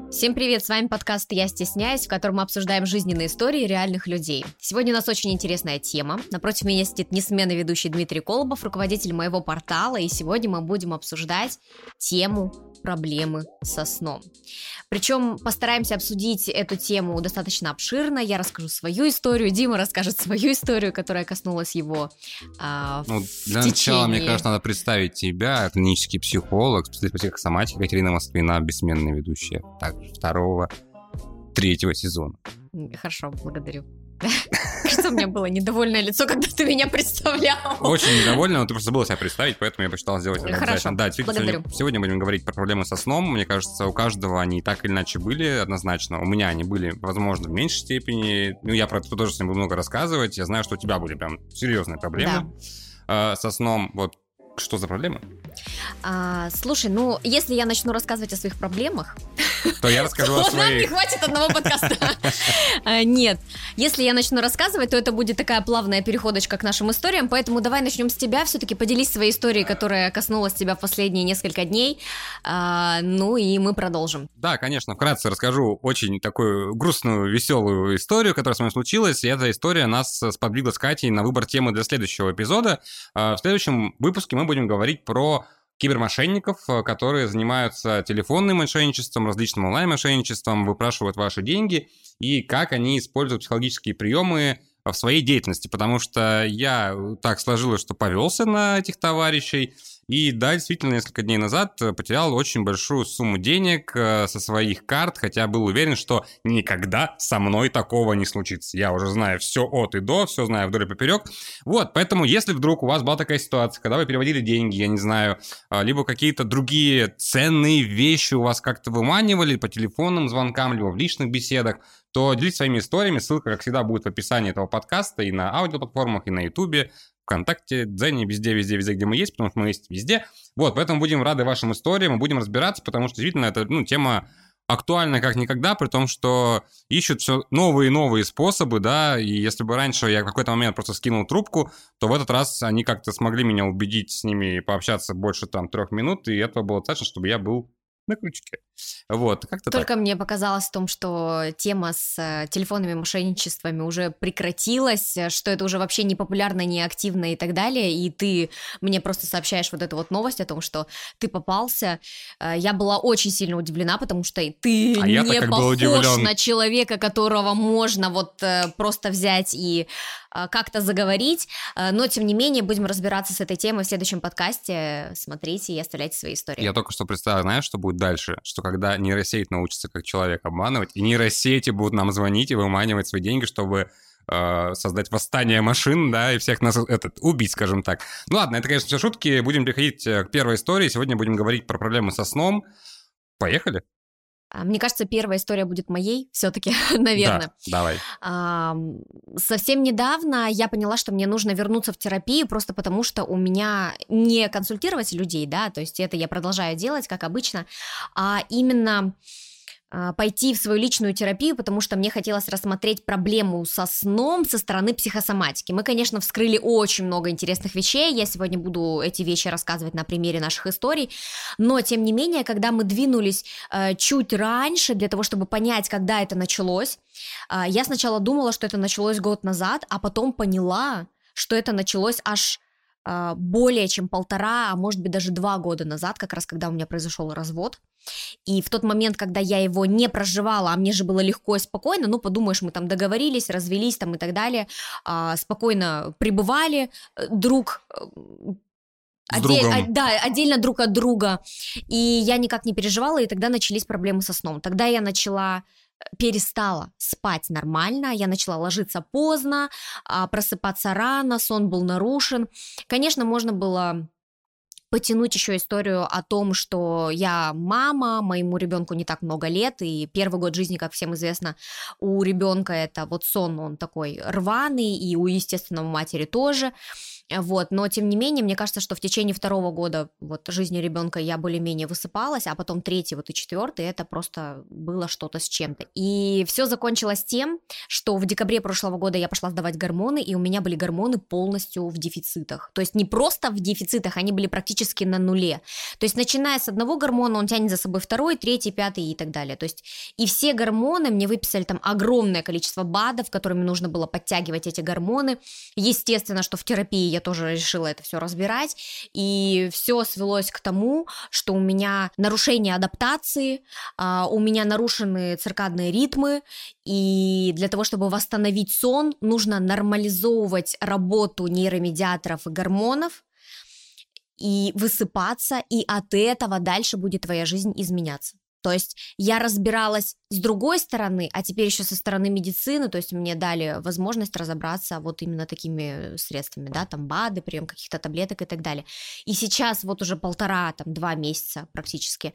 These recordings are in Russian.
Всем привет, с вами подкаст «Я стесняюсь», в котором мы обсуждаем жизненные истории реальных людей. Сегодня у нас очень интересная тема. Напротив меня сидит несменный ведущий Дмитрий Колобов, руководитель моего портала, и сегодня мы будем обсуждать тему проблемы со сном. Причем постараемся обсудить эту тему достаточно обширно. Я расскажу свою историю, Дима расскажет свою историю, которая коснулась его Для начала, мне кажется, надо представить тебя, клинический психолог, специалист по психосоматике Екатерина Москвина, бессменная ведущая. Так, 2-3 сезона. Хорошо, благодарю. Кажется, у меня было недовольное лицо, когда ты меня представлял. Очень недовольна, но ты просто забыла себя представить, поэтому я посчитал сделать это обязательно. Да, благодарю. Сегодня будем говорить про проблемы со сном. Мне кажется, у каждого они так или иначе были однозначно. У меня они были, возможно, в меньшей степени. Я про это тоже с ним буду много рассказывать. Я знаю, что у тебя были прям серьезные проблемы со сном. Вот что за проблемы? Слушай, если я начну рассказывать о своих проблемах, то я расскажу о своих. Нам не хватит одного подкаста. Нет, если я начну рассказывать, то это будет такая плавная переходочка к нашим историям, поэтому давай начнем с тебя, все-таки поделись своей историей, которая коснулась тебя в последние несколько дней, и мы продолжим. Да, конечно, вкратце расскажу очень такую грустную, веселую историю, которая с вами случилась, и эта история нас сподвигла с Катей на выбор темы для следующего эпизода. В следующем выпуске мы будем говорить про кибермошенников, которые занимаются телефонным мошенничеством, различным онлайн-мошенничеством, выпрашивают ваши деньги, и как они используют психологические приемы в своей деятельности, потому что я так сложилось, что повелся на этих товарищей, и да, действительно, несколько дней назад потерял очень большую сумму денег со своих карт, хотя был уверен, что никогда со мной такого не случится. Я уже знаю все от и до, все знаю вдоль и поперек. Вот, поэтому если вдруг у вас была такая ситуация, когда вы переводили деньги, я не знаю, либо какие-то другие ценные вещи у вас как-то выманивали по телефонным звонкам, либо в личных беседах, то делитесь своими историями. Ссылка, как всегда, будет в описании этого подкаста и на аудиоплатформах, и на Ютубе, ВКонтакте, Дзене, везде, где мы есть, потому что мы есть везде. Вот, поэтому будем рады вашим историям, мы будем разбираться, потому что действительно это, тема актуальна как никогда, при том, что ищут все новые и новые способы, да, и если бы раньше я в какой-то момент просто скинул трубку, то в этот раз они как-то смогли меня убедить с ними пообщаться больше 3 минут, и этого было достаточно, чтобы я был на крючке. Вот, как-то Только так. мне показалось в том, что тема с телефонными мошенничествами уже прекратилась, что это уже вообще не популярно, не активно и так далее, и ты мне просто сообщаешь вот эту вот новость о том, что ты попался. Я была очень сильно удивлена, потому что ты не похож на человека, которого можно вот просто взять и как-то заговорить, но тем не менее будем разбираться с этой темой в следующем подкасте. Смотрите и оставляйте свои истории. Я только что представил, знаешь, что будет дальше? Что когда нейросеть научится как человек обманывать, и нейросети будут нам звонить и выманивать свои деньги, чтобы создать восстание машин, да, и всех нас убить, скажем так. Ну ладно, это, конечно, все шутки. Будем переходить к первой истории. Сегодня будем говорить про проблемы со сном. Поехали? Мне кажется, первая история будет моей, все-таки, наверное. Да, давай. Совсем недавно я поняла, что мне нужно вернуться в терапию, просто потому что у меня не консультировать людей, да, то есть это я продолжаю делать, как обычно, а именно пойти в свою личную терапию, потому что мне хотелось рассмотреть проблему со сном со стороны психосоматики. Мы, конечно, вскрыли очень много интересных вещей, я сегодня буду эти вещи рассказывать на примере наших историй, но, тем не менее, когда мы двинулись чуть раньше для того, чтобы понять, когда это началось, я сначала думала, что это началось год назад, а потом поняла, что это началось аж более чем 1,5, а может быть даже 2 года назад, как раз когда у меня произошел развод. И в тот момент, когда я его не проживала, а мне же было легко и спокойно, подумаешь, мы там договорились, развелись там и так далее, спокойно пребывали отдельно друг от друга, и я никак не переживала, и тогда начались проблемы со сном. Тогда я перестала спать нормально, я начала ложиться поздно, просыпаться рано, сон был нарушен. Конечно, можно было потянуть еще историю о том, что я мама, моему ребенку не так много лет, и первый год жизни, как всем известно, у ребенка это вот сон, он такой рваный, и у естественного матери тоже. Вот, но тем не менее, мне кажется, что в течение второго года вот жизни ребенка я более-менее высыпалась, а потом третий вот и четвертый это просто было что-то с чем-то. И все закончилось тем, что в декабре прошлого года я пошла сдавать гормоны, и у меня были гормоны полностью в дефицитах. То есть не просто в дефицитах, они были практически на нуле. То есть начиная с одного гормона, он тянет за собой второй, третий, пятый и так далее. То есть и все гормоны, мне выписали там огромное количество БАДов, которыми нужно было подтягивать эти гормоны. Естественно, что в терапии я тоже решила это все разбирать, и все свелось к тому, что у меня нарушение адаптации, у меня нарушены циркадные ритмы, и для того, чтобы восстановить сон, нужно нормализовывать работу нейромедиаторов и гормонов, и высыпаться, и от этого дальше будет твоя жизнь изменяться. То есть я разбиралась с другой стороны, а теперь еще со стороны медицины, то есть мне дали возможность разобраться вот именно такими средствами, да, там БАДы, прием каких-то таблеток и так далее. И сейчас вот уже 1,5-2 месяца практически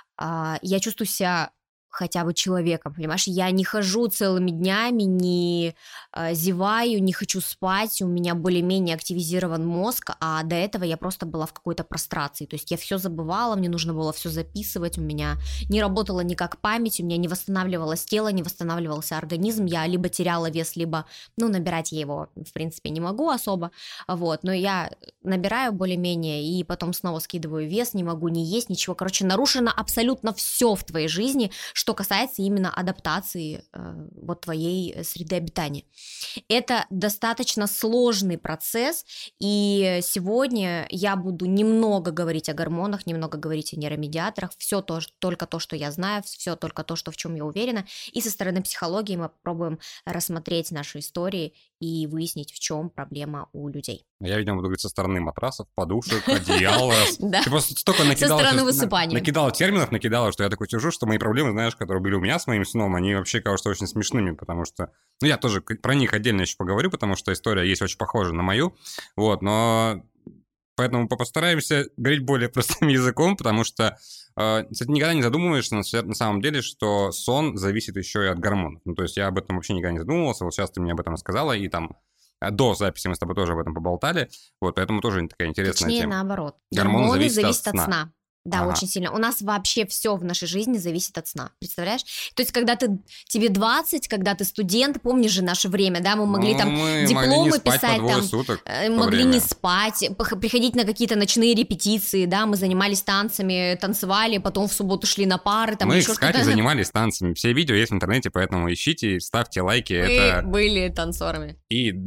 я чувствую себя хотя бы человеком, понимаешь? Я не хожу целыми днями, не зеваю, не хочу спать, у меня более-менее активизирован мозг, а до этого я просто была в какой-то прострации, то есть я все забывала, мне нужно было все записывать, у меня не работала никак память, у меня не восстанавливалось тело, не восстанавливался организм, я либо теряла вес, либо, набирать я его, в принципе, не могу особо, вот, но я набираю более-менее и потом снова скидываю вес, не могу не есть, ничего, короче, нарушено абсолютно все в твоей жизни, что касается именно адаптации вот твоей среды обитания. Это достаточно сложный процесс, и сегодня я буду немного говорить о гормонах, немного говорить о нейромедиаторах, все только то, что я знаю, все только то, в чем я уверена, и со стороны психологии мы попробуем рассмотреть наши истории и выяснить, в чем проблема у людей. Я, видимо, буду говорить со стороны матрасов, подушек, одеяла. Ты просто столько накидала... Со стороны высыпания. Накидала терминов, что я такой сижу, что мои проблемы, знаешь, которые были у меня с моим сном, они вообще кажутся очень смешными, потому что... я тоже про них отдельно еще поговорю, потому что история есть очень похожа на мою, вот, но... Поэтому постараемся говорить более простым языком, потому что, кстати, никогда не задумываешься на самом деле, что сон зависит еще и от гормонов. То есть я об этом вообще никогда не задумывался, вот сейчас ты мне об этом рассказала, и там до записи мы с тобой тоже об этом поболтали, вот, поэтому тоже такая интересная тема. Точнее, наоборот. Гормоны зависят от сна. Да, очень сильно. У нас вообще все в нашей жизни зависит от сна, представляешь? То есть, когда тебе 20, когда ты студент, помнишь же наше время, да, мы могли мы дипломы могли не писать, спать по двое суток могли не спать, приходить на какие-то ночные репетиции, да, мы занимались танцами, танцевали, потом в субботу шли на пары, там мы, еще кстати, что-то. занимались танцами, все видео есть в интернете, поэтому ищите, ставьте лайки. Мы были танцорами.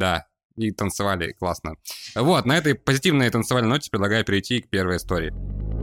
И танцевали классно. Вот, на этой позитивной танцевальной ноте предлагаю перейти к первой истории.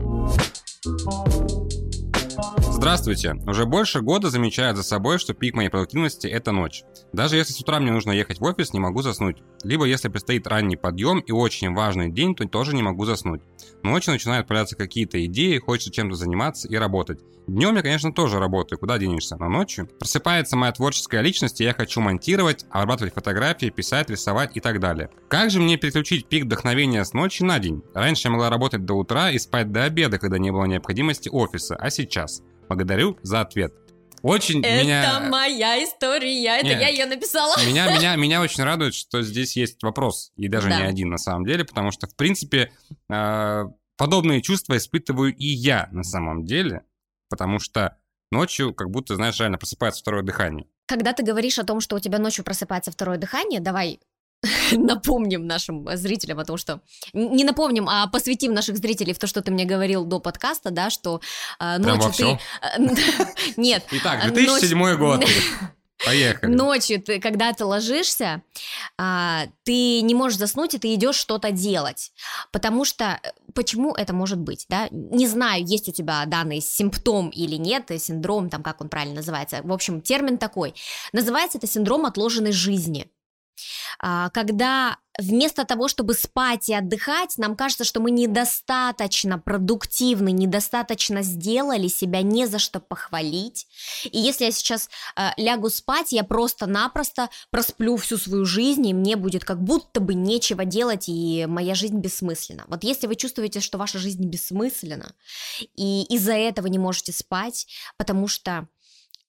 Здравствуйте. Уже больше года замечаю за собой, что пик моей продуктивности – это ночь. Даже если с утра мне нужно ехать в офис, не могу заснуть. Либо если предстоит ранний подъем и очень важный день, то тоже не могу заснуть. Ночью начинают появляться какие-то идеи, хочется чем-то заниматься и работать. Днем я, конечно, тоже работаю, куда денешься, но ночью просыпается моя творческая личность, и я хочу монтировать, обрабатывать фотографии, писать, рисовать и так далее. Как же мне переключить пик вдохновения с ночи на день? Раньше я могла работать до утра и спать до обеда, когда не было необходимости офиса, а сейчас? Благодарю за ответ. Это моя история, я ее написала. Меня очень радует, что здесь есть вопрос, и даже не один на самом деле, потому что, в принципе, подобные чувства испытываю и я на самом деле, потому что ночью как будто, знаешь, реально просыпается второе дыхание. Когда ты говоришь о том, что у тебя ночью просыпается второе дыхание, давай напомним нашим зрителям о том, что... Не напомним, а посвятим наших зрителей в то, что ты мне говорил до подкаста, да, что ночью ты... Нет. Итак, 2007 год. Поехали. Ночью, когда ты ложишься, ты не можешь заснуть, и ты идешь что-то делать. Потому что... Почему это может быть, да? Не знаю, есть у тебя данный симптом или нет, синдром, там, как он правильно называется. В общем, термин такой. Называется это синдром отложенной жизни. Когда вместо того, чтобы спать и отдыхать, нам кажется, что мы недостаточно продуктивны, недостаточно сделали, себя не за что похвалить. И если я сейчас лягу спать, я просто-напросто просплю всю свою жизнь, и мне будет как будто бы нечего делать, и моя жизнь бессмысленна. Вот если вы чувствуете, что ваша жизнь бессмысленна, и из-за этого не можете спать, потому что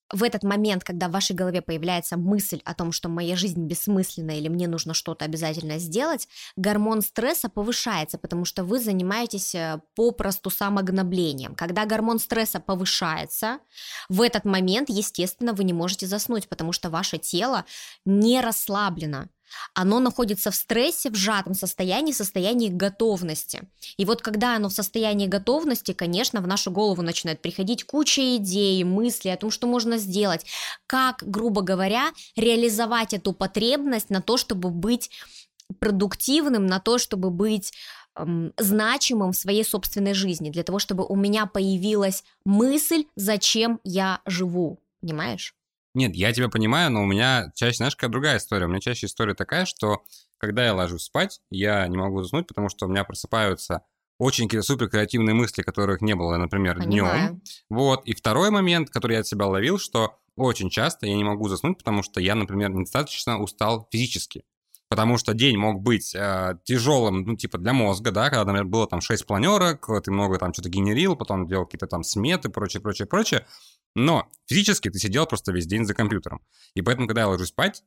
в этот момент, когда в вашей голове появляется мысль о том, что моя жизнь бессмысленна или мне нужно что-то обязательно сделать, гормон стресса повышается, потому что вы занимаетесь попросту самогноблением. Когда гормон стресса повышается, в этот момент, естественно, вы не можете заснуть, потому что ваше тело не расслаблено. Оно находится в стрессе, в сжатом состоянии, состоянии готовности. И вот когда оно в состоянии готовности, конечно, в нашу голову начинает приходить куча идей, мыслей о том, что можно сделать, как, грубо говоря, реализовать эту потребность на то, чтобы быть продуктивным, на то, чтобы быть значимым в своей собственной жизни, для того, чтобы у меня появилась мысль, зачем я живу, понимаешь? Нет, я тебя понимаю, но у меня чаще, знаешь, какая другая история. У меня чаще история такая, что когда я ложусь спать, я не могу заснуть, потому что у меня просыпаются очень какие-то супер креативные мысли, которых не было, например, днем. Вот. И второй момент, который я от себя ловил, что очень часто я не могу заснуть, потому что я, например, недостаточно устал физически. Потому что день мог быть тяжелым, ну, типа для мозга, да, когда, например, было там 6 планерок, ты много там что-то генерил, потом делал какие-то там сметы, прочее. Но физически ты сидел просто весь день за компьютером. И поэтому, когда я ложусь спать,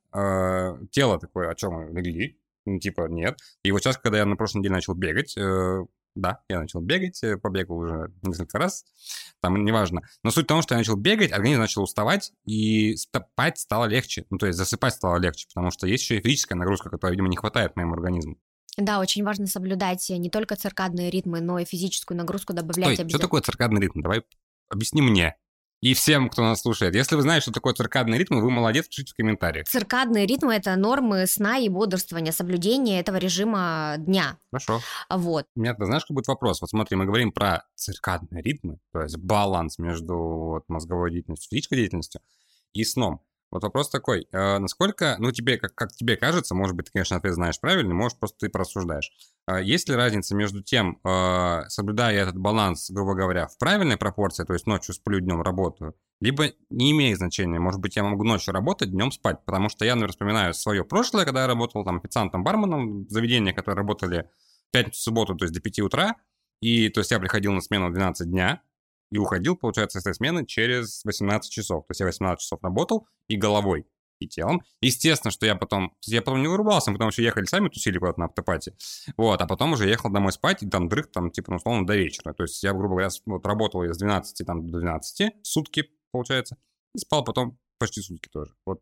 тело такое, о чем мы легли? Ну, типа, нет. И вот сейчас, когда я на прошлой неделе начал бегать, да, я начал бегать, побегал уже несколько раз, там неважно. Но суть в том, что я начал бегать, организм начал уставать, и спать стало легче. Ну, то есть засыпать стало легче, потому что есть еще и физическая нагрузка, которой, видимо, не хватает моему организму. Да, очень важно соблюдать не только циркадные ритмы, но и физическую нагрузку добавлять обязательно. Что такое циркадный ритм? Давай объясни мне. И всем, кто нас слушает. Если вы знаете, что такое циркадный ритм, вы молодец, пишите в комментариях. Циркадные ритмы – это нормы сна и бодрствования, соблюдение этого режима дня. Хорошо. Вот. У меня, знаешь, какой будет вопрос? Вот смотри, мы говорим про циркадные ритмы, то есть баланс между мозговой деятельностью, физической деятельностью и сном. Вот вопрос такой, насколько, ну, тебе, как тебе кажется, может быть, ты, конечно, ответ знаешь правильный, может, просто ты порассуждаешь. Есть ли разница между тем, соблюдая этот баланс, грубо говоря, в правильной пропорции, то есть ночью сплю, днем работаю, либо не имеет значения, может быть, я могу ночью работать, днем спать, потому что я, например, вспоминаю свое прошлое, когда я работал там официантом, барменом в заведениях, которые работали в пятницу, субботу, то есть до 5 утра, и то есть я приходил на смену в 12 дня, и уходил, получается, с этой смены через 18 часов. То есть я 18 часов работал и головой, и телом. Естественно, что я потом не вырубался, мы потом еще ехали сами, тусили куда-то на автопате. Вот, а потом уже ехал домой спать, и там дрых, там, типа, ну, условно, до вечера. То есть я, грубо говоря, вот работал я с 12 там, до 12, сутки, получается, и спал потом почти сутки тоже. Вот.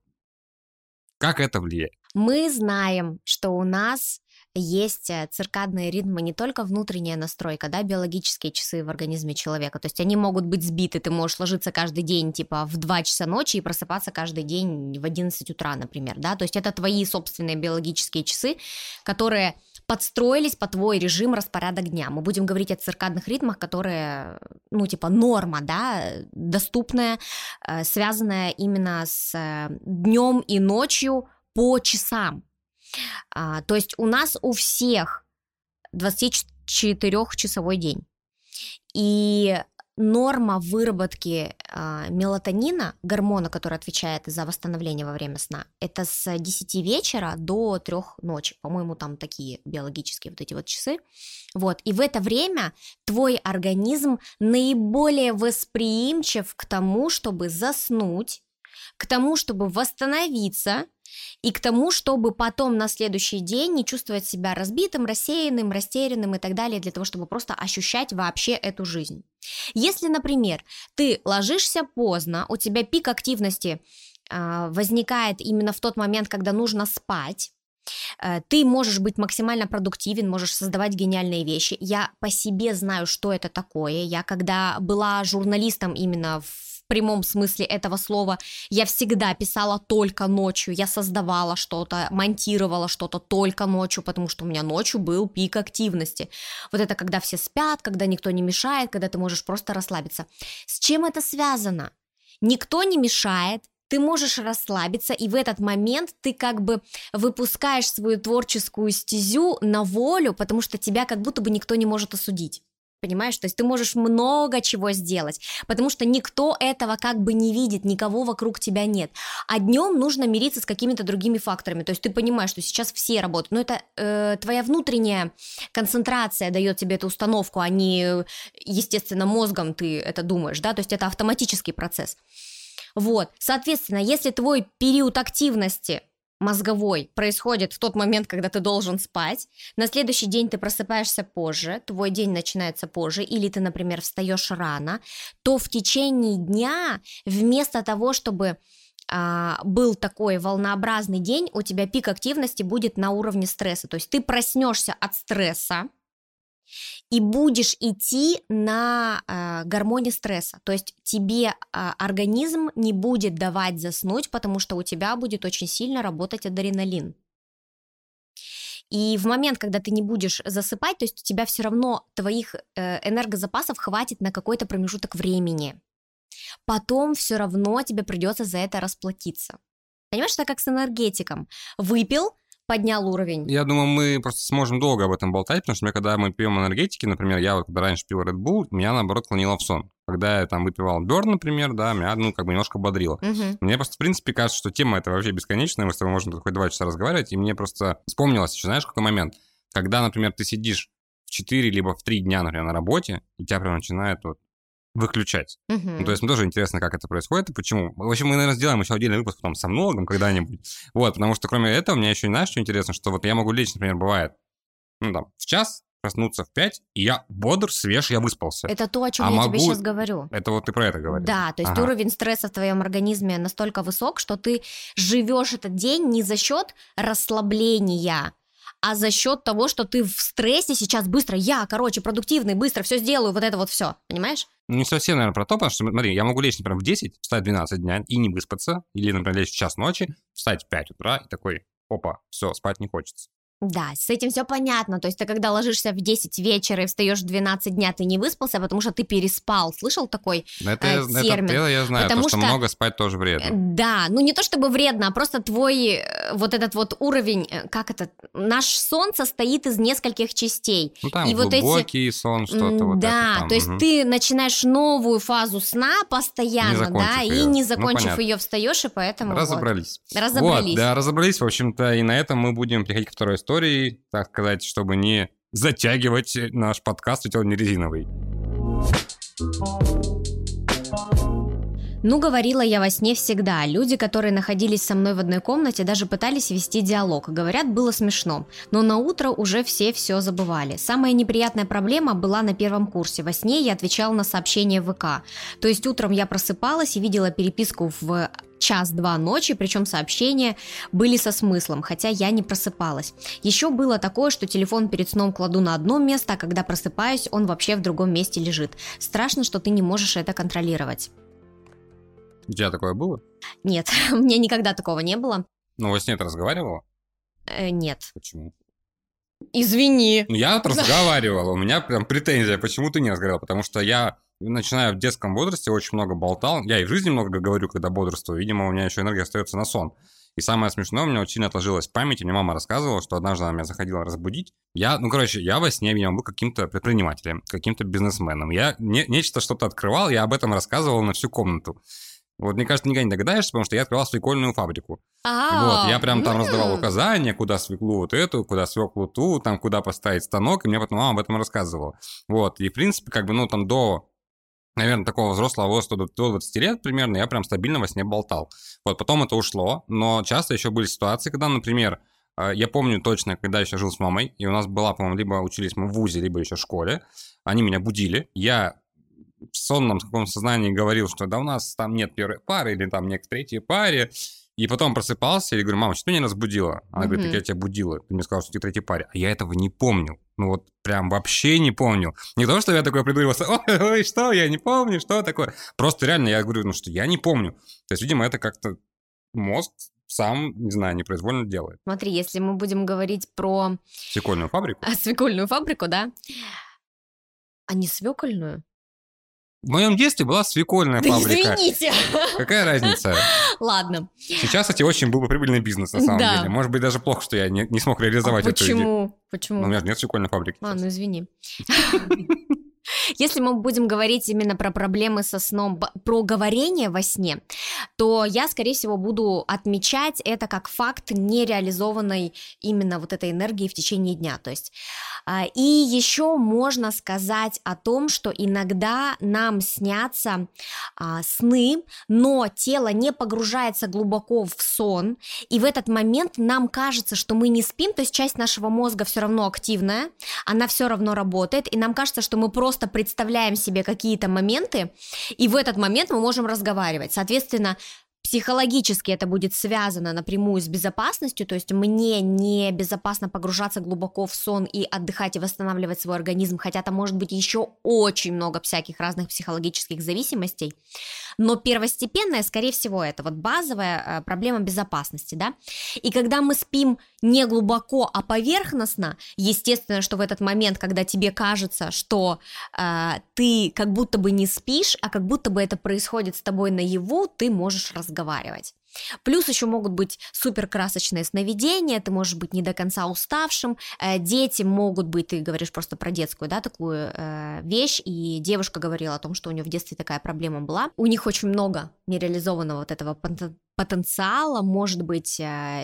Как это влияет? Мы знаем, что у нас есть циркадные ритмы, не только внутренняя настройка, да, биологические часы в организме человека, то есть они могут быть сбиты, ты можешь ложиться каждый день, типа, в 2 часа ночи и просыпаться каждый день в 11 утра, например, да, то есть это твои собственные биологические часы, которые подстроились по твой режим, распорядок дня. Мы будем говорить о циркадных ритмах, которые, ну, типа, норма, да, доступная, связанная именно с днем и ночью по часам. То есть у нас у всех 24-часовой день. И норма выработки мелатонина, гормона, который отвечает за восстановление во время сна, это с 10 вечера до 3 ночи. По-моему, там такие биологические вот эти вот часы. Вот. И в это время твой организм наиболее восприимчив к тому, чтобы заснуть, к тому, чтобы восстановиться, и к тому, чтобы потом на следующий день не чувствовать себя разбитым, рассеянным, растерянным и так далее, для того, чтобы просто ощущать вообще эту жизнь. Если, например, ты ложишься поздно, у тебя пик активности возникает именно в тот момент, когда нужно спать, ты можешь быть максимально продуктивен, можешь создавать гениальные вещи. Я по себе знаю, что это такое. Я когда была журналистом именно в прямом смысле этого слова, я всегда писала только ночью, я создавала что-то, монтировала что-то только ночью, потому что у меня ночью был пик активности. Вот это когда все спят, когда никто не мешает, когда ты можешь просто расслабиться. С чем это связано? Никто не мешает, ты можешь расслабиться, и в этот момент ты как бы выпускаешь свою творческую стезю на волю, потому что тебя как будто бы никто не может осудить. Понимаешь, то есть ты можешь много чего сделать, потому что никто этого как бы не видит, никого вокруг тебя нет. А днем нужно мириться с какими-то другими факторами, то есть ты понимаешь, что сейчас все работают, но это твоя внутренняя концентрация дает тебе эту установку, а не, естественно, мозгом ты это думаешь, да, то есть это автоматический процесс. Вот, соответственно, если твой период активности мозговой происходит в тот момент, когда ты должен спать, на следующий день ты просыпаешься позже, твой день начинается позже, или ты, например, встаешь рано, то в течение дня вместо того, чтобы был такой волнообразный день, у тебя пик активности будет на уровне стресса, то есть ты проснешься от стресса, и будешь идти на гормоне стресса, то есть тебе организм не будет давать заснуть, потому что у тебя будет очень сильно работать адреналин. И в момент, когда ты не будешь засыпать, то есть у тебя все равно твоих энергозапасов хватит на какой-то промежуток времени. Потом все равно тебе придется за это расплатиться. Понимаешь, это как с энергетиком. Выпил, поднял уровень. Я думаю, мы просто сможем долго об этом болтать, потому что когда мы пьем энергетики, например, я вот когда раньше пил Red Bull, меня, наоборот, клонило в сон. Когда я там выпивал Burn, например, да, меня, немножко бодрило. Мне просто, в принципе, кажется, что тема эта вообще бесконечная, мы с тобой можем хоть 2 часа разговаривать, и мне просто вспомнилось еще, знаешь, какой момент, когда, например, ты сидишь в 4 либо в 3 дня, например, на работе, и тебя прям начинает вот выключать. Ну, то есть мне тоже интересно, как это происходит и почему. В общем, мы, наверное, сделаем еще отдельный выпуск потом сомнологом когда-нибудь. Вот, потому что кроме этого, мне еще, знаешь, что интересно, что вот я могу лечь, например, бывает, в час, проснуться в 5, и я бодр, свеж, я выспался. Это то, о чем я тебе сейчас говорю. Это вот ты про это говоришь. Да, то есть уровень стресса в твоем организме настолько высок, что ты живешь этот день не за счет расслабления, а за счет того, что ты в стрессе сейчас быстро, продуктивный, быстро все сделаю, вот это вот все, понимаешь? Не совсем, наверное, про то, потому что, смотри, я могу лечь, например, в 10, встать в 12 дня и не выспаться, или, например, лечь в час ночи, встать в 5 утра и такой, опа, все, спать не хочется. Да, с этим все понятно, то есть ты когда ложишься в 10 вечера и встаешь в 12 дня, ты не выспался, потому что ты переспал, слышал такой термин? Это я знаю, потому что много спать тоже вредно. Да, не то чтобы вредно, а просто твой вот этот вот уровень, наш сон состоит из нескольких частей. Там и глубокий сон, что-то вот да, это там. То есть ты начинаешь новую фазу сна постоянно, и не закончив ее встаешь, и поэтому Разобрались. Разобрались. Вот, да, разобрались, в общем-то, и на этом мы будем переходить к второй истории, так сказать, чтобы не затягивать наш подкаст, ведь он не резиновый. Говорила я во сне всегда. Люди, которые находились со мной в одной комнате, даже пытались вести диалог. Говорят, было смешно. Но на утро уже все забывали. Самая неприятная проблема была на первом курсе. Во сне я отвечала на сообщения в ВК. То есть утром я просыпалась и видела переписку в 1-2 ночи, причем сообщения были со смыслом, хотя я не просыпалась. Еще было такое, что телефон перед сном кладу на одно место, а когда просыпаюсь, он вообще в другом месте лежит. Страшно, что ты не можешь это контролировать. У тебя такое было? Нет, у меня никогда такого не было. Во сне ты разговаривала? Нет. Почему? Извини. Я разговаривал, у меня прям претензия, почему ты не разговаривал, потому что я, начиная в детском возрасте, очень много болтал, я и в жизни много говорю, когда бодрствую, видимо, у меня еще энергия остается на сон. И самое смешное, у меня очень сильно отложилось в памяти, мне мама рассказывала, что однажды она меня заходила разбудить, я во сне, видимо, был каким-то предпринимателем, каким-то бизнесменом, я что-то открывал, я об этом рассказывал на всю комнату. Вот, мне кажется, никогда не догадаешься, потому что я открывал свекольную фабрику. Вот, я прям там раздавал указания, куда свеклу вот эту, куда свеклу ту, там, куда поставить станок, и мне потом мама об этом рассказывала. Вот, и, в принципе, там до, наверное, такого взрослого возраста, до 20 лет примерно, я прям стабильно во сне болтал. Вот, потом это ушло, но часто еще были ситуации, когда, например, я помню точно, когда я еще жил с мамой, и у нас была, по-моему, либо учились мы в вузе, либо еще в школе, они меня будили, я в сонном таком сознании говорил, что да у нас там нет первой пары или там нет третьей паре, и потом просыпался и говорю, мама, что ты меня разбудила? Она говорит, так я тебя будила, ты мне сказал, что ты в третьей паре, а я этого не помнил, прям вообще не помнил. Не то, что я такой придуривался, ой, что, я не помню, что такое, просто реально я говорю, что я не помню, то есть, видимо, это как-то мозг сам, не знаю, непроизвольно делает. Смотри, если мы будем говорить про... Свекольную фабрику? Свекольную фабрику, да? А не свекольную? В моем детстве была свекольная фабрика. Извините. Какая разница? Ладно. Сейчас, кстати, очень был бы прибыльный бизнес, на самом деле. Может быть, даже плохо, что я не смог реализовать эту идею. Почему? У меня же нет свекольной фабрики. Извини. Если мы будем говорить именно про проблемы со сном, про говорение во сне, то я, скорее всего, буду отмечать это как факт нереализованной именно вот этой энергии в течение дня. То есть, и еще можно сказать о том, что иногда нам снятся сны, но тело не погружается глубоко в сон, и в этот момент нам кажется, что мы не спим, то есть часть нашего мозга все равно активная, она все равно работает, и нам кажется, что мы просто представляем себе какие-то моменты, и в этот момент мы можем разговаривать. Соответственно, психологически это будет связано напрямую с безопасностью, то есть мне не безопасно погружаться глубоко в сон и отдыхать и восстанавливать свой организм, хотя там может быть еще очень много всяких разных психологических зависимостей, но первостепенная, скорее всего, это вот базовая проблема безопасности, да, и когда мы спим не глубоко, а поверхностно, естественно, что в этот момент, когда тебе кажется, что ты как будто бы не спишь, а как будто бы это происходит с тобой наяву, ты можешь разговаривать. Плюс еще могут быть супер красочные сновидения, ты можешь быть не до конца уставшим, дети могут быть, ты говоришь просто про детскую, да, такую вещь, и девушка говорила о том, что у нее в детстве такая проблема была, у них очень много нереализованного вот этого потенциала, может быть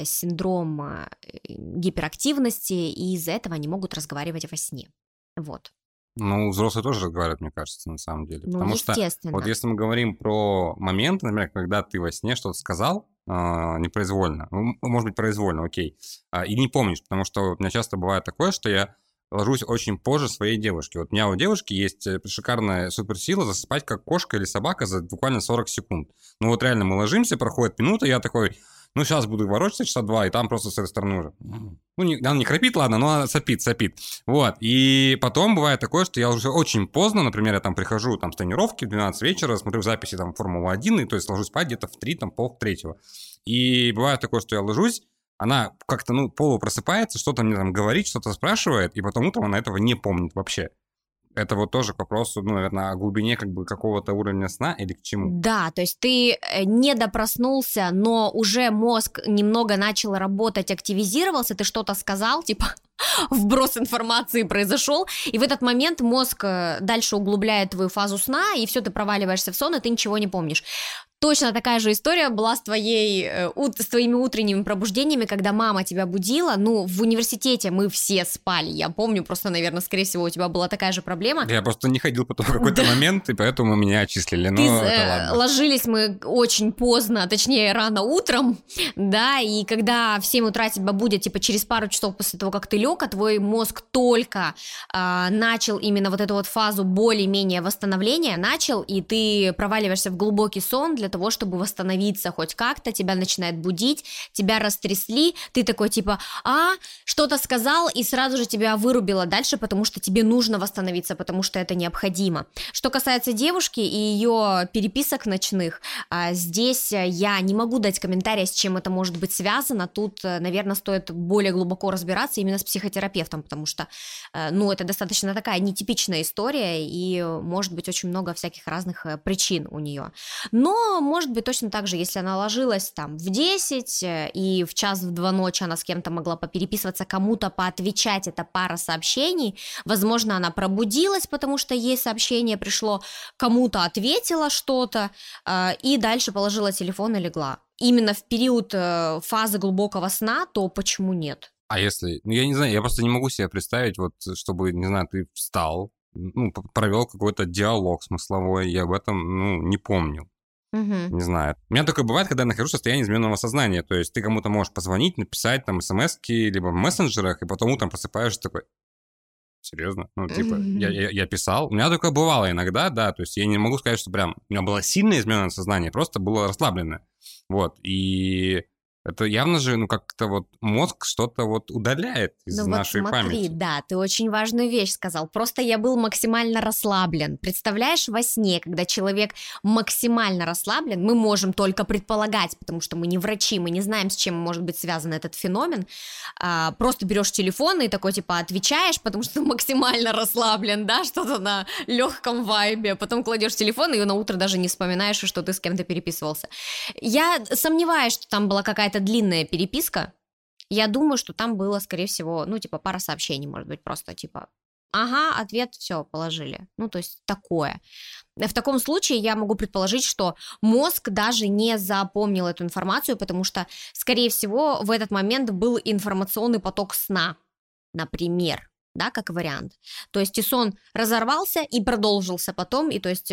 синдром гиперактивности, и из-за этого они могут разговаривать во сне, вот. Ну, взрослые тоже разговаривают, мне кажется, на самом деле. Ну, Потому что вот если мы говорим про моменты, например, когда ты во сне что-то сказал непроизвольно, может быть, произвольно, окей, и не помнишь, потому что у меня часто бывает такое, что я ложусь очень позже своей девушки. Вот у меня у девушки есть шикарная суперсила засыпать как кошка или собака за буквально 40 секунд. Ну вот реально мы ложимся, проходит минута, я такой... Ну, сейчас буду ворочаться часа 2, и там просто с этой стороны уже... Ну, она не храпит, ладно, но она сопит. Вот. И потом бывает такое, что я уже очень поздно, например, я там прихожу там, с тренировки в 12 вечера, смотрю записи там Формулы-1, и то есть ложусь спать где-то в 3, там, полтретьего. И бывает такое, что я ложусь, она как-то, ну, полупросыпается, что-то мне там говорит, что-то спрашивает, и потом утром она этого не помнит вообще. Это вот тоже к вопросу, ну, наверное, о глубине как бы какого-то уровня сна или к чему? Да, то есть ты не допроснулся, но уже мозг немного начал работать, активизировался, ты что-то сказал, типа вброс информации произошел, и в этот момент мозг дальше углубляет твою фазу сна, и все, ты проваливаешься в сон, и ты ничего не помнишь. Точно такая же история была с твоими утренними пробуждениями, когда мама тебя будила. Ну, в университете мы все спали. Я помню, просто, наверное, скорее всего, у тебя была такая же проблема. Я просто не ходил потом в какой-то момент, и поэтому меня отчислили. Но это ладно. Ложились мы очень поздно, точнее, рано утром, да, и когда в 7 утра тебя будят, типа, через пару часов после того, как ты лег, а твой мозг только начал именно вот эту вот фазу более-менее восстановления, начал, и ты проваливаешься в глубокий сон для того, чтобы восстановиться хоть как-то, тебя начинает будить, тебя растрясли, ты такой типа, что-то сказал, и сразу же тебя вырубило дальше, потому что тебе нужно восстановиться, потому что это необходимо. Что касается девушки и ее переписок ночных, здесь я не могу дать комментария, с чем это может быть связано, тут, наверное, стоит более глубоко разбираться именно с психотерапевтом, потому что, ну, это достаточно такая нетипичная история, и может быть очень много всяких разных причин у нее. Но может быть точно так же, если она ложилась там в 10, и в час, в 2 ночи она с кем-то могла попереписываться, кому-то поотвечать, это пара сообщений, возможно, она пробудилась, потому что ей сообщение пришло, кому-то ответила что-то, и дальше положила телефон и легла. Именно в период фазы глубокого сна, то почему нет? А если... Ну, я не знаю, я просто не могу себе представить, вот, чтобы, не знаю, ты встал, ну, провел какой-то диалог смысловой, я об этом, ну, не помню. Не знаю. У меня такое бывает, когда я нахожусь в состоянии измененного сознания. То есть ты кому-то можешь позвонить, написать там смс-ки, либо в мессенджерах, и потом утром просыпаешься такой... Серьезно? Ну, типа, я писал. У меня такое бывало иногда, да. То есть я не могу сказать, что прям у меня было сильное измененное сознание, просто было расслабленное. Вот. И... Это явно же, ну, как-то вот мозг что-то вот удаляет из нашей памяти. Да, ты очень важную вещь сказал. Просто я был максимально расслаблен. Представляешь, во сне, когда человек максимально расслаблен, мы можем только предполагать, потому что мы не врачи, мы не знаем, с чем может быть связан этот феномен. Просто берешь телефон и такой, типа, отвечаешь, потому что ты максимально расслаблен, да, что-то на легком вайбе. Потом кладешь телефон и на утро даже не вспоминаешь, что ты с кем-то переписывался. Я сомневаюсь, что там была какая-то длинная переписка. Я думаю, что там было, скорее всего, ну, типа, пара сообщений, может быть, просто, типа, ага, ответ, все, положили. Ну, то есть такое. В таком случае я могу предположить, что мозг даже не запомнил эту информацию, потому что, скорее всего, в этот момент был информационный поток сна, например, да, как вариант. То есть и сон разорвался и продолжился потом, и то есть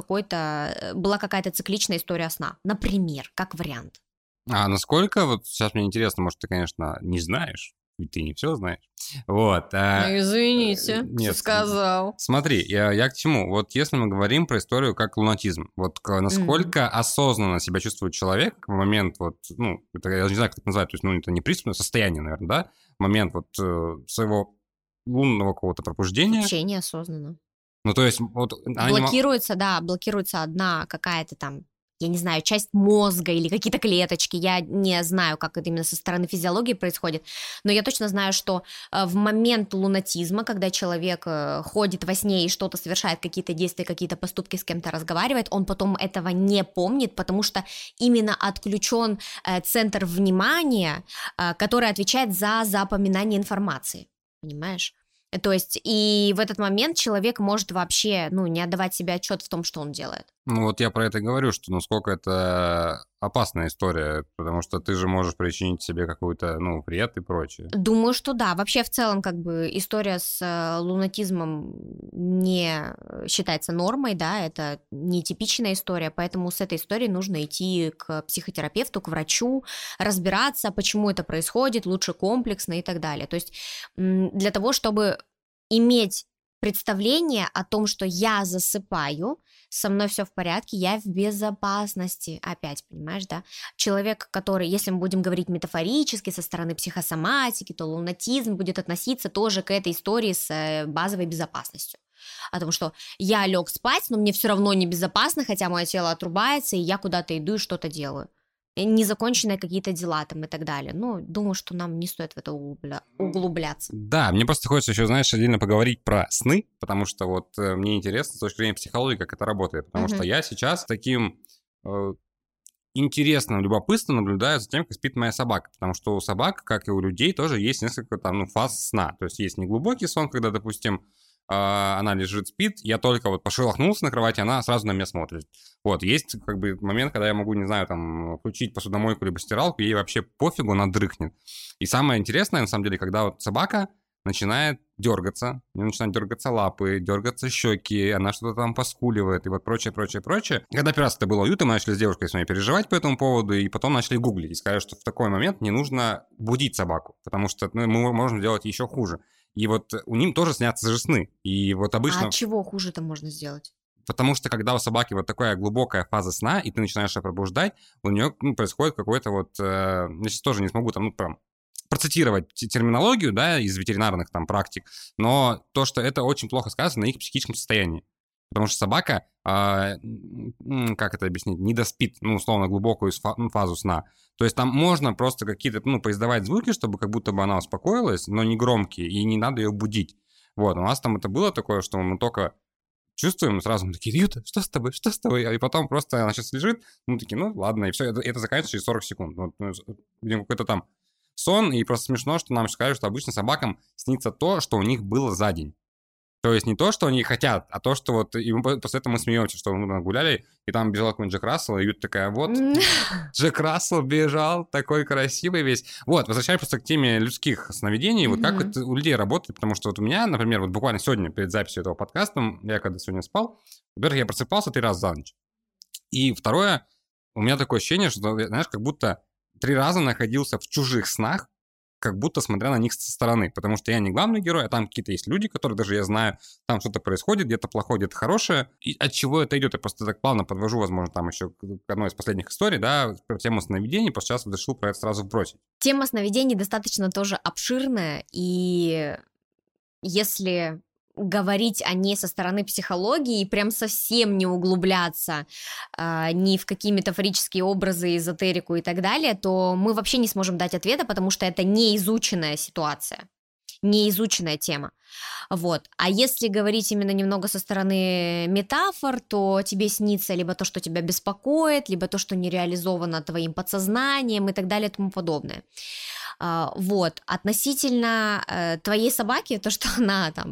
была какая-то цикличная история сна, например, как вариант. А насколько, вот сейчас мне интересно, может, ты, конечно, не знаешь, ведь ты не все знаешь. Вот. Извините, Нет, сказал. смотри, я к чему? Вот если мы говорим про историю как лунатизм, вот насколько осознанно себя чувствует человек в момент вот, ну, это, я не знаю, как это назвать, то есть, ну, это не приступное состояние, наверное, да, в момент вот своего лунного какого-то пробуждения. Вообще неосознанно. Ну, то есть, вот... Блокируется одна какая-то там, я не знаю, часть мозга или какие-то клеточки, я не знаю, как это именно со стороны физиологии происходит, но я точно знаю, что в момент лунатизма, когда человек ходит во сне и что-то совершает, какие-то действия, какие-то поступки, с кем-то разговаривает, он потом этого не помнит, потому что именно отключен центр внимания, который отвечает за запоминание информации, понимаешь? То есть и в этот момент человек может вообще, ну, не отдавать себе отчет в том, что он делает. Ну, вот я про это и говорю, что насколько это опасная история, потому что ты же можешь причинить себе какой-то, ну, вред и прочее. Думаю, что да. Вообще, в целом, как бы история с лунатизмом не считается нормой, да, это нетипичная история, поэтому с этой историей нужно идти к психотерапевту, к врачу, разбираться, почему это происходит, лучше комплексно и так далее. То есть для того, чтобы иметь представление о том, что я засыпаю, со мной все в порядке, я в безопасности. Опять, понимаешь, да? Человек, который, если мы будем говорить метафорически, со стороны психосоматики, то лунатизм будет относиться тоже к этой истории с базовой безопасностью. О том, что я лег спать, но мне все равно небезопасно, хотя мое тело отрубается, и я куда-то иду и что-то делаю. Незаконченные какие-то дела там и так далее. Ну, думаю, что нам не стоит в это углубляться. Да, мне просто хочется еще, знаешь, отдельно поговорить про сны, потому что вот мне интересно с точки зрения психологии, как это работает, потому что я сейчас таким интересным любопытством наблюдаю за тем, как спит моя собака, потому что у собак, как и у людей, тоже есть несколько там, ну, фаз сна, то есть есть неглубокий сон, когда, допустим, она лежит, спит, я только вот пошелохнулся на кровати, она сразу на меня смотрит. Вот, есть как бы момент, когда я могу, не знаю, там, включить посудомойку либо стиралку, ей вообще пофигу, она дрыхнет. И самое интересное, на самом деле, когда вот собака начинает дергаться, у нее начинают дергаться лапы, дергаться щеки, она что-то там поскуливает и вот прочее, прочее, прочее. Когда первый раз это было уютно, мы начали с девушкой с вами переживать по этому поводу, и потом начали гуглить, и сказали, что в такой момент не нужно будить собаку, потому что мы можем сделать еще хуже. И вот у них тоже снятся же сны. И вот обычно... А от чего хуже-то можно сделать? Потому что когда у собаки вот такая глубокая фаза сна, и ты начинаешь ее пробуждать, у нее происходит какой-то вот... Я сейчас тоже не смогу там, ну, прям процитировать терминологию, да, из ветеринарных там практик, но то, что это очень плохо сказано на их психическом состоянии. Потому что собака, как это объяснить, не доспит, ну, условно, глубокую фазу сна. То есть там можно просто какие-то, ну, поиздавать звуки, чтобы как будто бы она успокоилась, но не громкие, и не надо ее будить. Вот, у нас там это было такое, что мы только чувствуем, сразу мы такие, Юта, что с тобой, что с тобой? И потом просто она сейчас лежит, мы такие, ну, ладно, и все, это заканчивается через 40 секунд. Вот, видимо, какой-то там сон, и просто смешно, что нам сказали, что обычно собакам снится то, что у них было за день. То есть не то, что они хотят, а то, что вот... И мы после этого мы смеемся, что мы гуляли, и там бежал какой-нибудь Джек Рассел, и Юта такая, вот, Джек Рассел бежал, такой красивый весь. Вот, возвращаясь просто к теме людских сновидений, вот как это у людей работает, потому что вот у меня, например, вот буквально сегодня перед записью этого подкаста, я когда сегодня спал, во-первых, я просыпался 3 раза за ночь. И второе, у меня такое ощущение, что, знаешь, как будто 3 раза находился в чужих снах, как будто смотря на них со стороны, потому что я не главный герой, а там какие-то есть люди, которые даже я знаю, там что-то происходит, где-то плохое, где-то хорошее, и от чего это идет, я просто так плавно подвожу, возможно, там еще к одной из последних историй, да, про тему сновидений, просто сейчас решил про это сразу бросить. Тема сновидений достаточно тоже обширная, и если говорить о ней со стороны психологии и прям совсем не углубляться ни в какие метафорические образы, эзотерику и так далее, то мы вообще не сможем дать ответа, потому что это неизученная ситуация, неизученная тема. Вот. А если говорить именно немного со стороны метафор, то тебе снится либо то, что тебя беспокоит, либо то, что не реализовано твоим подсознанием и так далее и тому подобное. Вот. Относительно твоей собаки, то, что она там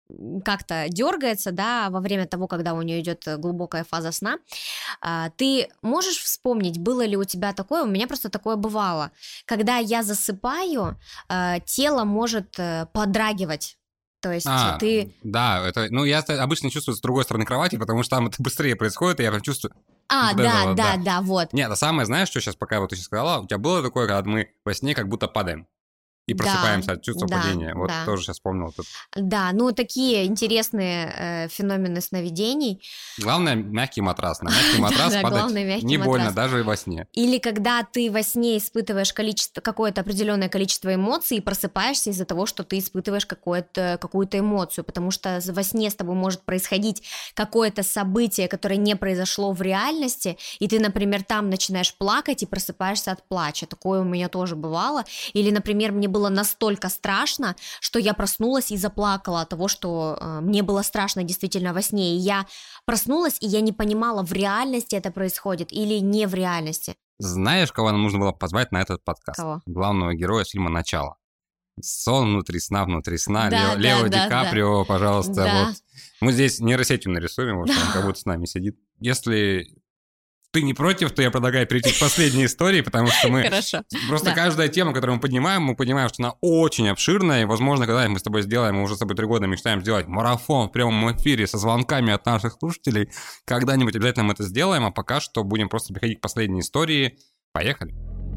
как-то дергается, да, во время того, когда у нее идет глубокая фаза сна, ты можешь вспомнить, было ли у тебя такое? У меня просто такое бывало. Когда я засыпаю, тело может подрагивать. То есть ты... Да, это, я обычно чувствую с другой стороны кровати, потому что там это быстрее происходит, и я прям чувствую... Да, вот. Нет, а самое, знаешь, что сейчас, пока вот ты сейчас сказала, у тебя было такое, когда мы во сне как будто падаем? И просыпаемся от чувства падения. Вот тоже сейчас вспомнил. Да, такие интересные феномены сновидений. Главное, мягкий матрас. На мягкий матрас падать не больно, даже во сне. Или когда ты во сне испытываешь какое-то определенное количество эмоций и просыпаешься из-за того, что ты испытываешь какую-то эмоцию, потому что во сне с тобой может происходить какое-то событие, которое не произошло в реальности, и ты, например, там начинаешь плакать и просыпаешься от плача. Такое у меня тоже бывало. Или, например, мне было настолько страшно, что я проснулась и заплакала от того, что мне было страшно действительно во сне. И я проснулась, и я не понимала, в реальности это происходит или не в реальности. Знаешь, кого нам нужно было позвать на этот подкаст? Кого? Главного героя фильма «Начало». Сон внутри сна, Да, Лео Ди Каприо, пожалуйста. Да. Вот. Мы здесь нейросетью нарисуем, вот он как будто с нами сидит. Если ты не против, то я предлагаю перейти к последней истории, потому что мы... Хорошо. Просто каждая тема, которую мы понимаем, что она очень обширная, и, возможно, когда мы с тобой сделаем, мы уже с тобой 3 года мечтаем сделать марафон в прямом эфире со звонками от наших слушателей, когда-нибудь обязательно мы это сделаем, а пока что будем просто переходить к последней истории. Поехали!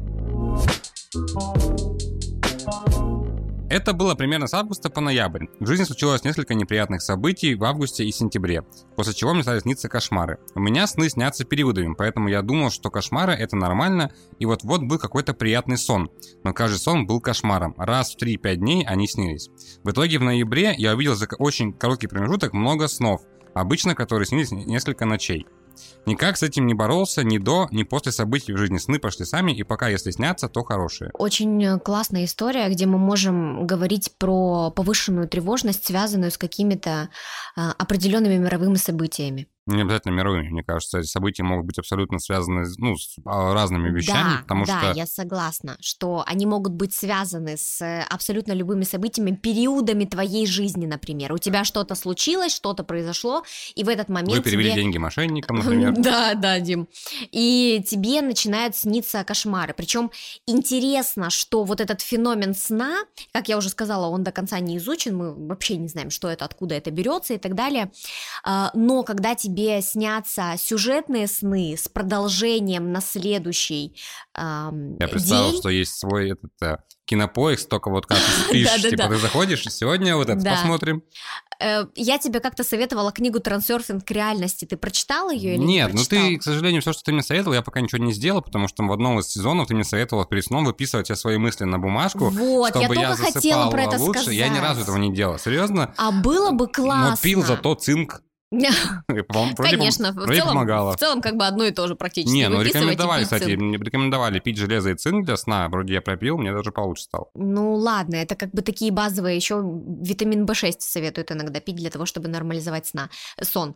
Это было примерно с августа по ноябрь. В жизни случилось несколько неприятных событий в августе и сентябре, после чего мне стали сниться кошмары. У меня сны снятся периодами, поэтому я думал, что кошмары это нормально, и вот-вот был какой-то приятный сон. Но каждый сон был кошмаром. Раз в 3-5 дней они снились. В итоге в ноябре я увидел за очень короткий промежуток много снов, обычно которые снились несколько ночей. Никак с этим не боролся ни до, ни после событий в жизни. Сны пошли сами, и пока если снятся, то хорошие. Очень классная история, где мы можем говорить про повышенную тревожность, связанную с какими-то определенными мировыми событиями. Не обязательно мировыми, мне кажется, эти события могут быть абсолютно связаны с разными вещами, потому что... Да, я согласна, что они могут быть связаны с абсолютно любыми событиями, периодами твоей жизни, например. У тебя что-то случилось, что-то произошло, и в этот момент вы перевели деньги мошенникам, например. Да, Дим. И тебе начинают сниться кошмары. Причем интересно, что вот этот феномен сна, как я уже сказала, он до конца не изучен, мы вообще не знаем, что это, откуда это берется и так далее. Но когда тебе снятся сюжетные сны с продолжением на следующий Я представил, что есть свой кинопоиск, только вот как ты спишь, ты заходишь, сегодня вот это посмотрим. Я тебе как-то советовала книгу «Трансерфинг реальности». Ты прочитала ее или Нет, не прочитал? Ты, к сожалению, все, что ты мне советовал, я пока ничего не сделал, потому что в одном из сезонов ты мне советовал перед сном выписывать все свои мысли на бумажку, вот, чтобы я только хотела про это лучше. сказать. Я ни разу этого не делал, серьезно. А было бы классно. Но пил зато цинк. Конечно, в целом как бы одно и то же практически. Не, рекомендовали, кстати, рекомендовали пить железо и цинк для сна, вроде я пропил, мне даже получше стало. Ну ладно, это как бы такие базовые, еще витамин В6 советуют иногда пить для того, чтобы нормализовать сон.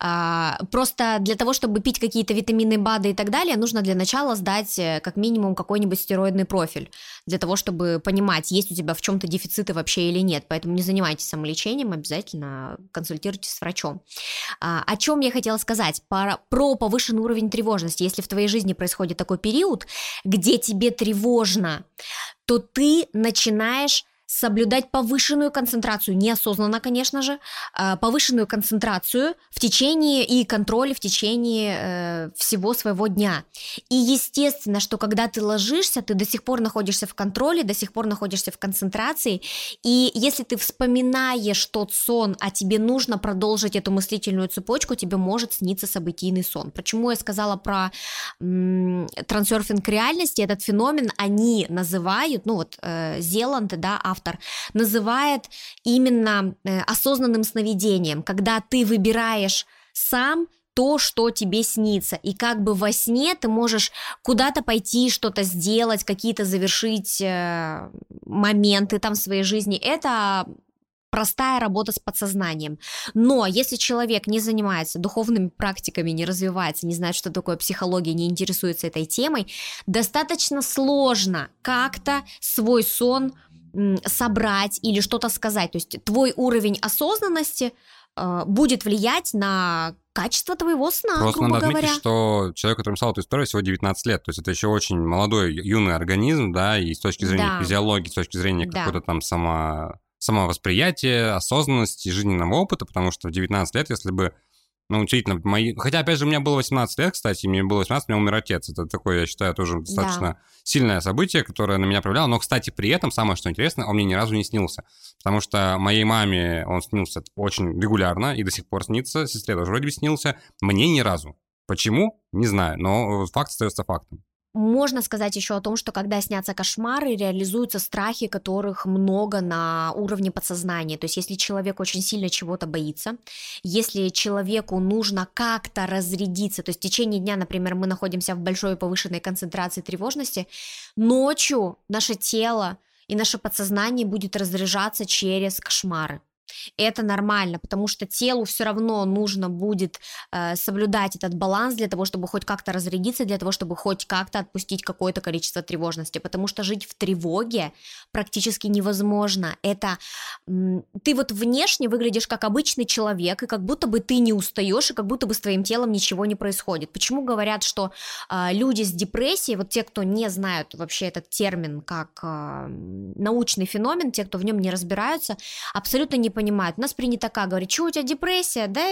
Просто для того, чтобы пить какие-то витамины, БАДы и так далее, нужно для начала сдать как минимум какой-нибудь стероидный профиль, для того, чтобы понимать, есть у тебя в чем-то дефициты вообще или нет, поэтому не занимайтесь самолечением, обязательно консультируйтесь с врачом. О чем я хотела сказать? Про повышенный уровень тревожности. Если в твоей жизни происходит такой период, где тебе тревожно, то ты начинаешь соблюдать повышенную концентрацию, неосознанно, конечно же, повышенную концентрацию в течение и контроль в течение всего своего дня. И естественно, что когда ты ложишься, ты до сих пор находишься в контроле, до сих пор находишься в концентрации, и если ты вспоминаешь тот сон, а тебе нужно продолжить эту мыслительную цепочку, тебе может сниться событийный сон. Почему я сказала про трансерфинг реальности? Этот феномен они называют, Зеланд, да, автор, называет именно осознанным сновидением, когда ты выбираешь сам то, что тебе снится, и как бы во сне ты можешь куда-то пойти, что-то сделать, какие-то завершить моменты там в своей жизни. Это простая работа с подсознанием. Но если человек не занимается духовными практиками, не развивается, не знает, что такое психология, не интересуется этой темой, достаточно сложно как-то свой сон собрать или что-то сказать. То есть твой уровень осознанности будет влиять на качество твоего сна, Просто грубо надо говоря. отметить, что человек, который написал эту историю, всего 19 лет. То есть это еще очень молодой, юный организм, да, и с точки зрения физиологии, с точки зрения какой-то там самовосприятия, осознанности, жизненного опыта, потому что в 19 лет, если бы, действительно, Хотя, опять же, у меня было 18 лет, кстати, мне было 18, у меня умер отец. Это такое, я считаю, тоже достаточно сильное событие, которое на меня повлияло. Но, кстати, при этом, самое что интересно, он мне ни разу не снился. Потому что моей маме он снился очень регулярно и до сих пор снится. Сестре тоже вроде бы снился. Мне ни разу. Почему? Не знаю, но факт остается фактом. Можно сказать еще о том, что когда снятся кошмары, реализуются страхи, которых много на уровне подсознания. То есть если человек очень сильно чего-то боится, если человеку нужно как-то разрядиться, то есть в течение дня, например, мы находимся в большой повышенной концентрации тревожности, ночью наше тело и наше подсознание будет разряжаться через кошмары. Это нормально, потому что телу все равно нужно будет соблюдать этот баланс для того, чтобы хоть как-то разрядиться, для того, чтобы хоть как-то отпустить какое-то количество тревожности, потому что жить в тревоге практически невозможно. Это ты вот внешне выглядишь как обычный человек, и как будто бы ты не устаешь, и как будто бы с твоим телом ничего не происходит. Почему говорят, что люди с депрессией, вот те, кто не знают вообще этот термин как научный феномен, те, кто в нем не разбираются, абсолютно не понимают. У нас принято как говорить, что у тебя депрессия? Да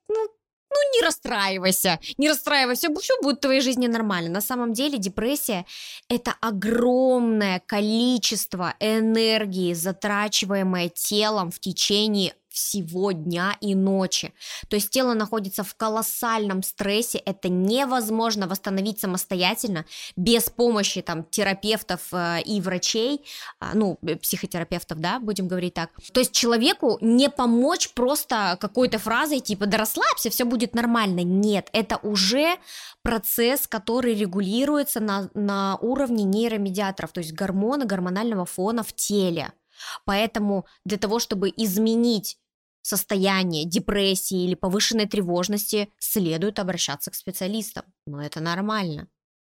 не расстраивайся, все будет в твоей жизни нормально. На самом деле депрессия – это огромное количество энергии, затрачиваемое телом в течение всего дня и ночи. То есть тело находится в колоссальном стрессе, это невозможно восстановить самостоятельно, без помощи там терапевтов и врачей, психотерапевтов, да, будем говорить так. То есть человеку не помочь просто какой-то фразой типа «да расслабься, все будет нормально». Нет, это уже процесс, который регулируется на уровне нейромедиаторов, то есть гормонального фона в теле. Поэтому для того, чтобы изменить состояние депрессии или повышенной тревожности, следует обращаться к специалистам. Но это нормально.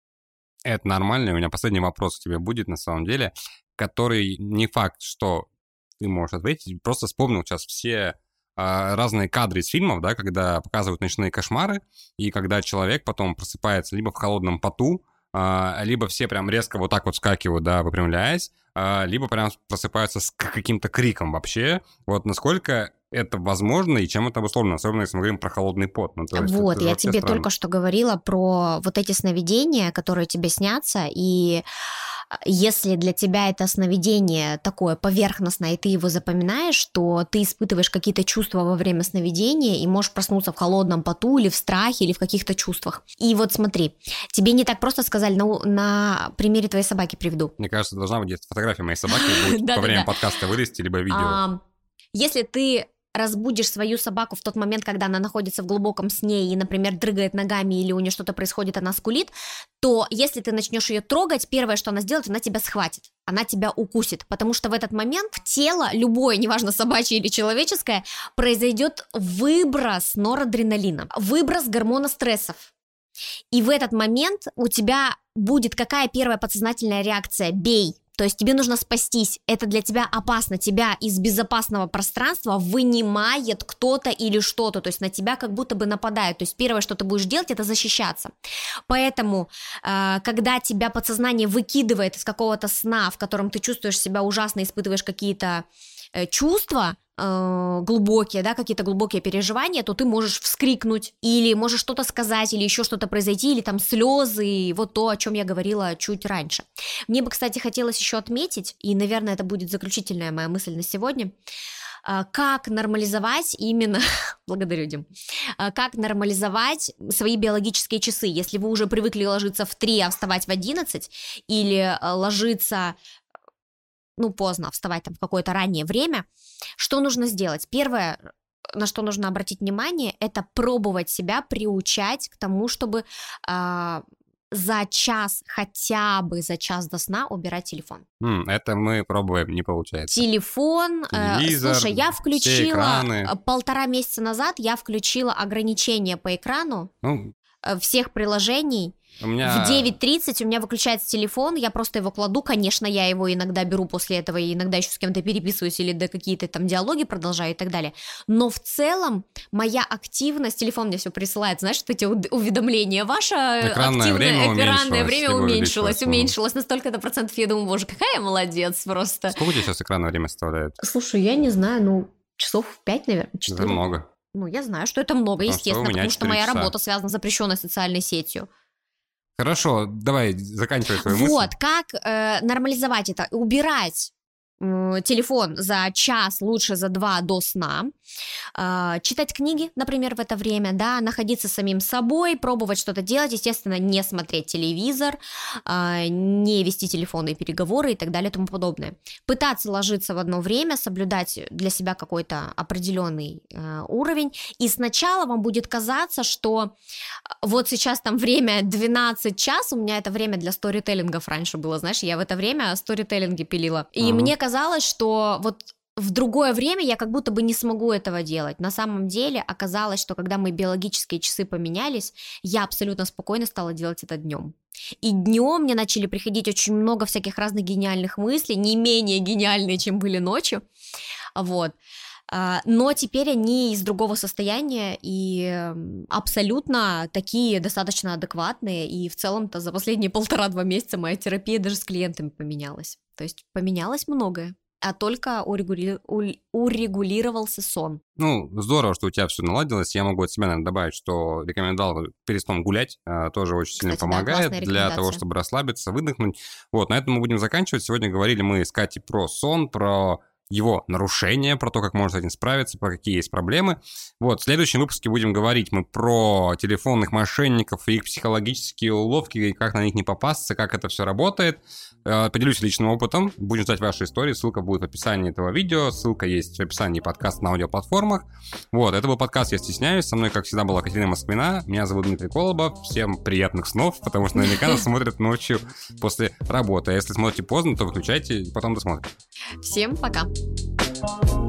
Это нормально. У меня последний вопрос к тебе будет, на самом деле, который не факт, что ты можешь ответить. Просто вспомнил сейчас все разные кадры из фильмов, да, когда показывают ночные кошмары, и когда человек потом просыпается либо в холодном поту, либо все прям резко вот так вот вскакивают, да, выпрямляясь, либо прям просыпаются с каким-то криком вообще. Вот насколько это возможно и чем это обусловлено, особенно если мы говорим про холодный пот. Вот, я тебе только что говорила про вот эти сновидения, которые тебе снятся, и если для тебя это сновидение такое поверхностное, и ты его запоминаешь, то ты испытываешь какие-то чувства во время сновидения и можешь проснуться в холодном поту или в страхе, или в каких-то чувствах. И вот смотри, тебе не так просто сказали, на примере твоей собаки приведу. Мне кажется, должна быть фотография моей собаки, будет во время подкаста вырасти, либо видео. Если ты разбудишь свою собаку в тот момент, когда она находится в глубоком сне и, например, дрыгает ногами или у нее что-то происходит, она скулит, то если ты начнешь ее трогать, первое, что она сделает, она тебя схватит, она тебя укусит, потому что в этот момент в тело, любое, неважно, собачье или человеческое, произойдет выброс норадреналина, выброс гормона стрессов. И в этот момент у тебя будет какая первая подсознательная реакция? Бей. То есть тебе нужно спастись, это для тебя опасно, тебя из безопасного пространства вынимает кто-то или что-то, то есть на тебя как будто бы нападают, то есть первое, что ты будешь делать, это защищаться. Поэтому, когда тебя подсознание выкидывает из какого-то сна, в котором ты чувствуешь себя ужасно, испытываешь какие-то чувства глубокие, да, какие-то глубокие переживания, то ты можешь вскрикнуть, или можешь что-то сказать, или еще что-то произойти, или там слезы, вот то, о чем я говорила чуть раньше. Мне бы, кстати, хотелось еще отметить, и, наверное, это будет заключительная моя мысль на сегодня, как нормализовать именно, благодарю, Дим, как нормализовать свои биологические часы, если вы уже привыкли ложиться в 3, а вставать в 11, или ложиться поздно, вставать там в какое-то раннее время, что нужно сделать? Первое, на что нужно обратить внимание, это пробовать себя приучать к тому, чтобы за час, хотя бы за час до сна убирать телефон. Это мы пробуем, не получается. Телефон, телевизор, слушай, я включила, 1,5 месяца назад я включила ограничения по экрану всех приложений, У меня... В 9:30 у меня выключается телефон, я просто его кладу, конечно, я его иногда беру после этого и иногда еще с кем-то переписываюсь или до какие-то там диалоги продолжаю и так далее, но в целом моя активность, телефон мне все присылает, знаешь, вот эти уведомления, ваше экранное время уменьшилось на столько-то процентов, я думаю, боже, какая я молодец просто. Сколько у тебя сейчас экранное время составляет? Слушай, я не знаю, часов 5, наверное, 4. Это много. Я знаю, что это много, естественно, потому что моя часа. работа связана с запрещенной социальной сетью. Хорошо, давай, заканчивай свою мысль. Вот, как нормализовать это? Убирать телефон за час, лучше за 2 до сна, читать книги, например, в это время, да, находиться самим собой, пробовать что-то делать, естественно, не смотреть телевизор, не вести телефонные переговоры и так далее и тому подобное. Пытаться ложиться в одно время, соблюдать для себя какой-то определенный уровень, и сначала вам будет казаться, что вот сейчас там время 12 час, у меня это время для сторителлингов раньше было, знаешь, я в это время сторителлинги пилила, и мне казалось, что вот в другое время я как будто бы не смогу этого делать. На самом деле оказалось, что когда мои биологические часы поменялись, я абсолютно спокойно стала делать это днем. И днем мне начали приходить очень много всяких разных гениальных мыслей, не менее гениальные, чем были ночью. Вот. Но теперь они из другого состояния и абсолютно такие достаточно адекватные, и в целом-то за последние 1,5-2 месяца моя терапия даже с клиентами поменялась. То есть поменялось многое, а только урегулировался сон. Здорово, что у тебя все наладилось. Я могу от себя, наверное, добавить, что рекомендовал перед сном гулять, тоже очень сильно помогает для того, чтобы расслабиться, выдохнуть. Вот, на этом мы будем заканчивать. Сегодня говорили мы с Катей про сон, про его нарушения, про то, как можно с этим справиться, про какие есть проблемы. Вот, в следующем выпуске будем говорить мы про телефонных мошенников и их психологические уловки, и как на них не попасться, как это все работает. Поделюсь личным опытом, будем ждать ваши истории, ссылка будет в описании этого видео, ссылка есть в описании подкаста на аудиоплатформах. Вот, это был подкаст «Я стесняюсь», со мной, как всегда, была Катерина Москвина, меня зовут Дмитрий Колобов, всем приятных снов, потому что наверняка нас смотрят ночью после работы, а если смотрите поздно, то выключайте и потом досмотрите. Всем пока!